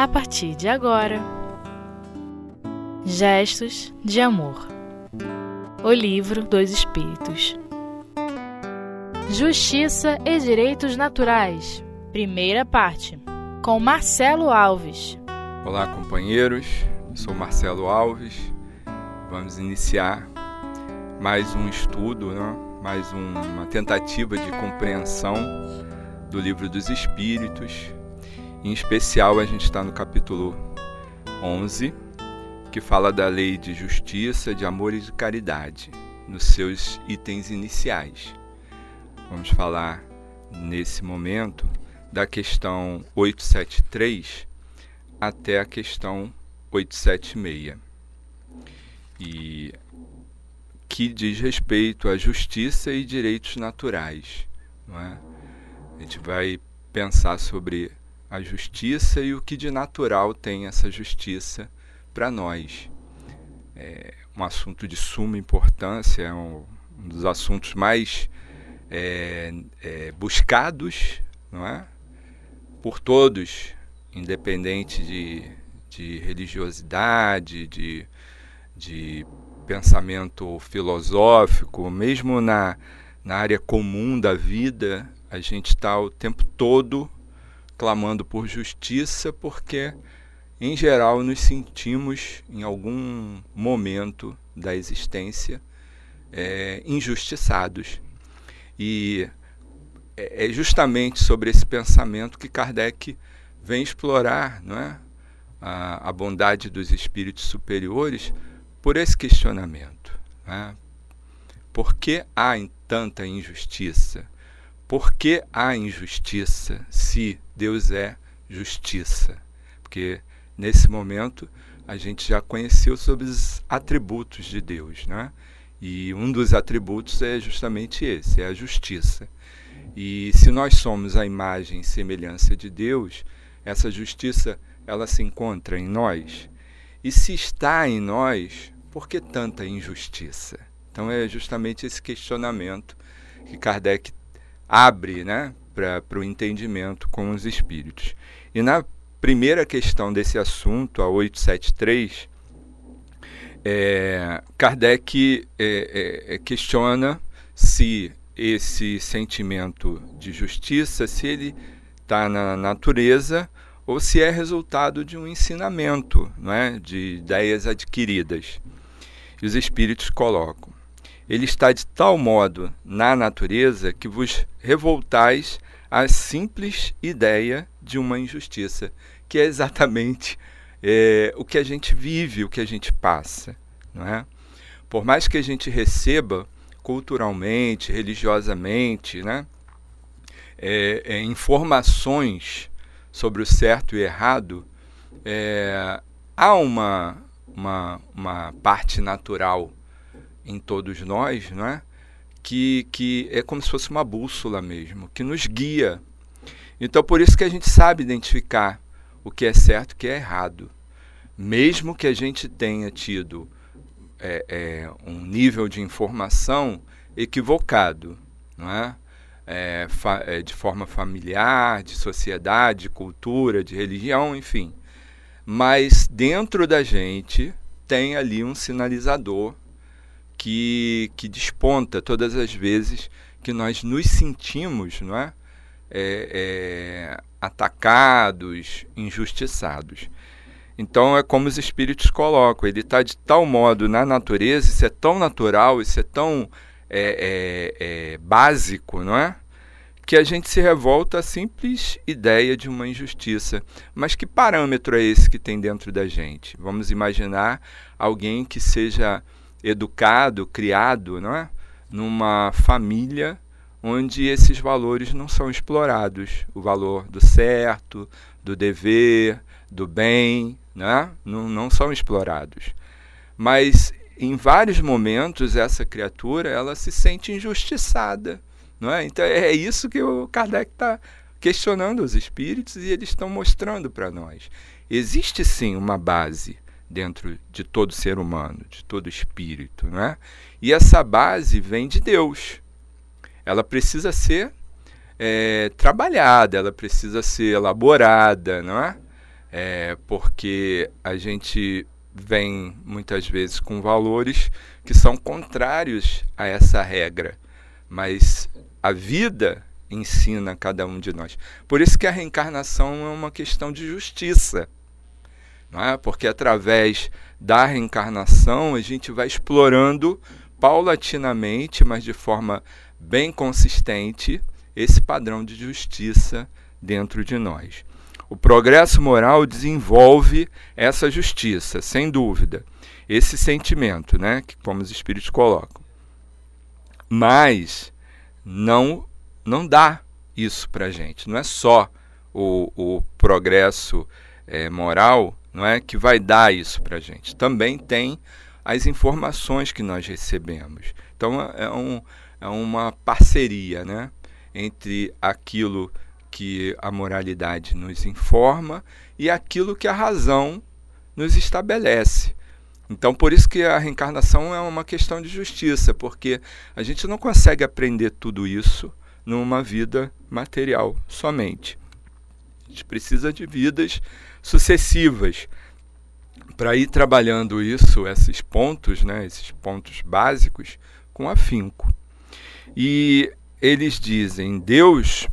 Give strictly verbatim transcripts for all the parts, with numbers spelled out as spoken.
a partir de agora. Gestos de Amor. O Livro dos Espíritos. Justiça e Direitos Naturais. Primeira parte. Com Marcelo Alves. Olá, companheiros. Eu sou Marcelo Alves. Vamos iniciar mais um estudo, né? mais um, uma tentativa de compreensão do Livro dos Espíritos. Em especial, a gente está no capítulo onze, que fala da lei de justiça, de amor e de caridade, nos seus itens iniciais. Vamos falar, nesse momento, da questão oitocentos e setenta e três até a questão oitocentos e setenta e seis. E que diz respeito à justiça e direitos naturais. Não é? A gente vai pensar sobre a justiça e o que de natural tem essa justiça para nós. É um assunto de suma importância, é um, um dos assuntos mais é, é, buscados, não é? por todos, independente de, de religiosidade, de, de pensamento filosófico, mesmo na, na área comum da vida, a gente está o tempo todo clamando por justiça, porque, em geral, nos sentimos, em algum momento da existência, é, injustiçados. E é justamente sobre esse pensamento que Kardec vem explorar, não é? a, a bondade dos espíritos superiores, por esse questionamento. Né? Por que há tanta injustiça? Por que há injustiça se Deus é justiça? Porque nesse momento a gente já conheceu sobre os atributos de Deus, né? E um dos atributos é justamente esse, é a justiça. E se nós somos a imagem e semelhança de Deus, essa justiça ela se encontra em nós. E se está em nós, por que tanta injustiça? Então é justamente esse questionamento que Kardec abre, né, para o entendimento com os espíritos. E na primeira questão desse assunto, a oitocentos e setenta e três, é, Kardec é, é, questiona se esse sentimento de justiça, se ele está na natureza ou se é resultado de um ensinamento, não é? De ideias adquiridas. E os espíritos colocam: ele está de tal modo na natureza que vos revoltais à simples ideia de uma injustiça, que é exatamente é, o que a gente vive, o que a gente passa, não é? Por mais que a gente receba culturalmente, religiosamente, né, é, é, informações sobre o certo e errado, é, há uma, uma, uma parte natural em todos nós, não é? que, que é como se fosse uma bússola mesmo, que nos guia. Então, por isso que a gente sabe identificar o que é certo e o que é errado. Mesmo que a gente tenha tido é, é, um nível de informação equivocado, não é? É, fa- é, de forma familiar, de sociedade, de cultura, de religião, enfim. Mas dentro da gente tem ali um sinalizador que, que desponta todas as vezes que nós nos sentimos, não é? É, é, atacados, injustiçados. Então é como os espíritos colocam, ele está de tal modo na natureza, isso é tão natural, isso é tão é, é, é, básico, não é? Que a gente se revolta à simples ideia de uma injustiça. Mas que parâmetro é esse que tem dentro da gente? Vamos imaginar alguém que seja educado, criado, não é? Numa família onde esses valores não são explorados. O valor do certo, do dever, do bem, né? não, não são explorados. Mas, em vários momentos, essa criatura ela se sente injustiçada. Não é? Então, é isso que o Kardec está questionando os espíritos e eles estão mostrando para nós. Existe, sim, uma base dentro de todo ser humano, de todo espírito. Não é? E essa base vem de Deus. Ela precisa ser é, trabalhada, ela precisa ser elaborada, não é? é, porque a gente vem muitas vezes com valores que são contrários a essa regra, mas a vida ensina cada um de nós. Por isso que a reencarnação é uma questão de justiça, não é? Porque através da reencarnação a gente vai explorando paulatinamente, mas de forma bem consistente, esse padrão de justiça dentro de nós. O progresso moral desenvolve essa justiça, sem dúvida, esse sentimento, né, que como os espíritos colocam. Mas não, não dá isso para a gente. Não é só o, o progresso é, moral, não é, que vai dar isso para a gente. Também tem as informações que nós recebemos. Então é, um, é uma parceria, né, entre aquilo que a moralidade nos informa e aquilo que a razão nos estabelece. Então, por isso que a reencarnação é uma questão de justiça, porque a gente não consegue aprender tudo isso numa vida material somente. A gente precisa de vidas sucessivas para ir trabalhando isso, esses pontos, né, esses pontos básicos, com afinco. E eles dizem, Deus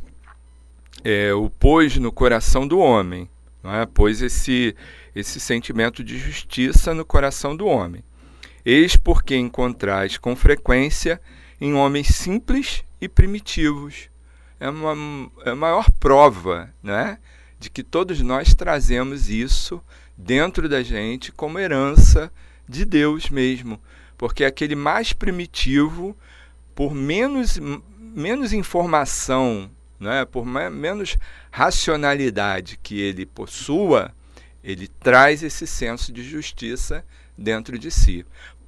é, o pôs no coração do homem, não é? Pôs esse, esse sentimento de justiça no coração do homem. Eis porque encontrais com frequência em homens simples e primitivos. É uma é a maior prova, né, de que todos nós trazemos isso dentro da gente como herança de Deus mesmo. Porque aquele mais primitivo, por menos, menos informação, né, por menos racionalidade que ele possua, ele traz esse senso de justiça dentro de si.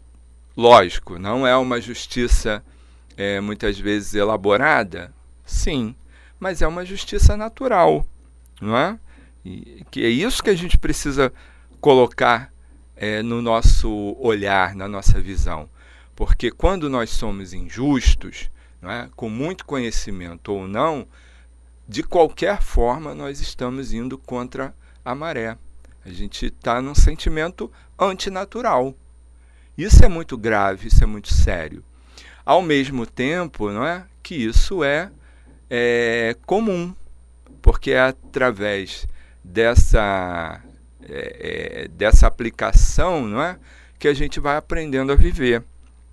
Lógico, não é uma justiça é, muitas vezes elaborada, sim, mas é uma justiça natural, não é? E que é isso que a gente precisa colocar é, no nosso olhar, na nossa visão. Porque quando nós somos injustos, não é? Com muito conhecimento ou não, de qualquer forma nós estamos indo contra a maré. A gente está num sentimento antinatural. Isso é muito grave, isso é muito sério. Ao mesmo tempo, não é, que isso é, é comum, porque é através dessa, é, é, dessa aplicação, não é, que a gente vai aprendendo a viver.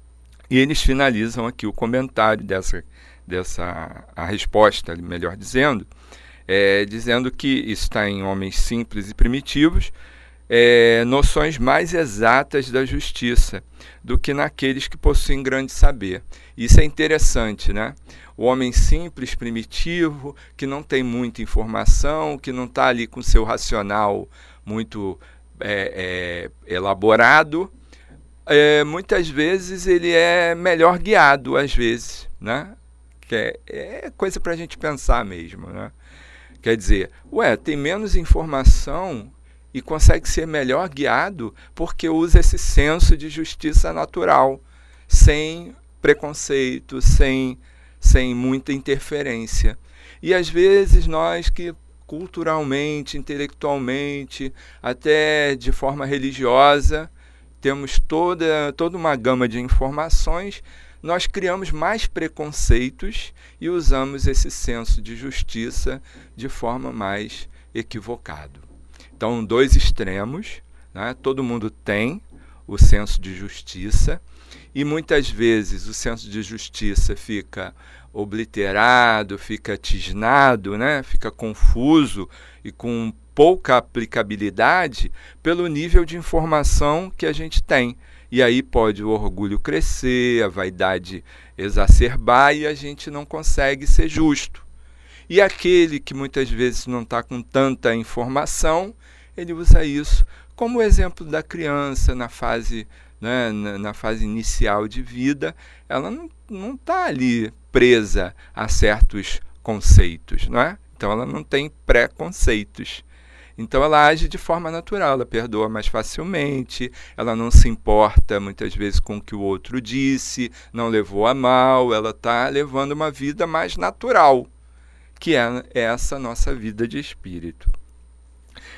E eles finalizam aqui o comentário dessa, dessa a resposta, melhor dizendo, é, dizendo que isso está em homens simples e primitivos, é, noções mais exatas da justiça do que naqueles que possuem grande saber. Isso é interessante, né? O homem simples, primitivo, que não tem muita informação, que não está ali com seu racional muito é, é, elaborado, É, muitas vezes ele é melhor guiado, às vezes, né? Que é, é coisa para a gente pensar mesmo, né? Quer dizer, ué, tem menos informação e consegue ser melhor guiado porque usa esse senso de justiça natural, sem preconceito, sem, sem muita interferência. E às vezes nós que culturalmente, intelectualmente, até de forma religiosa, temos toda, toda uma gama de informações, nós criamos mais preconceitos e usamos esse senso de justiça de forma mais equivocada. Então, dois extremos, né? Todo mundo tem o senso de justiça e muitas vezes o senso de justiça fica obliterado, fica tisnado, né? Fica confuso e com pouca aplicabilidade pelo nível de informação que a gente tem. E aí pode o orgulho crescer, a vaidade exacerbar e a gente não consegue ser justo. E aquele que muitas vezes não está com tanta informação, ele usa isso como o exemplo da criança na fase, né, na, na fase inicial de vida, ela não está ali presa a certos conceitos, não é? Então ela não tem preconceitos. Então ela age de forma natural, ela perdoa mais facilmente, ela não se importa muitas vezes com o que o outro disse, não levou a mal, ela está levando uma vida mais natural, que é essa nossa vida de espírito.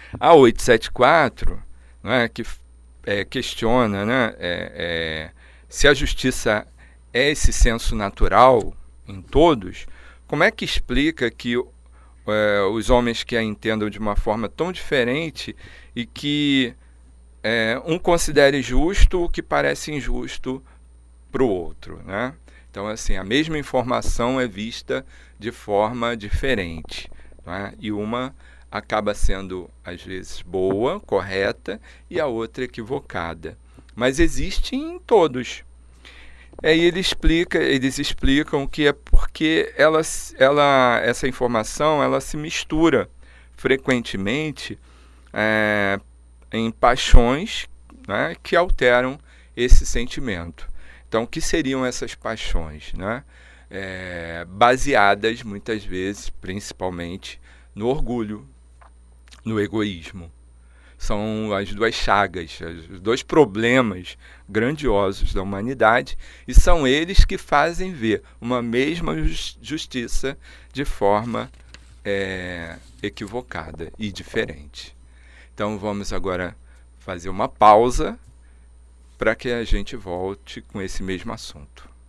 A oitocentos e setenta e quatro, né, que é, questiona, né, é, é, se a justiça é esse senso natural em todos, como é que explica que é, os homens que a entendam de uma forma tão diferente e que é, um considere justo o que parece injusto para o outro, né? Então, assim, a mesma informação é vista de forma diferente, né? E uma acaba sendo, às vezes, boa, correta, e a outra equivocada. Mas existe em todos. Aí ele explica, eles explicam que é porque ela, ela, essa informação ela se mistura frequentemente é, em paixões, né, que alteram esse sentimento. Então, o que seriam essas paixões, né? É, baseadas, muitas vezes, principalmente, no orgulho, no egoísmo. São as duas chagas, os dois problemas grandiosos da humanidade, e são eles que fazem ver uma mesma justiça de forma é, equivocada e diferente. Então, vamos agora fazer uma pausa para que a gente volte com esse mesmo assunto.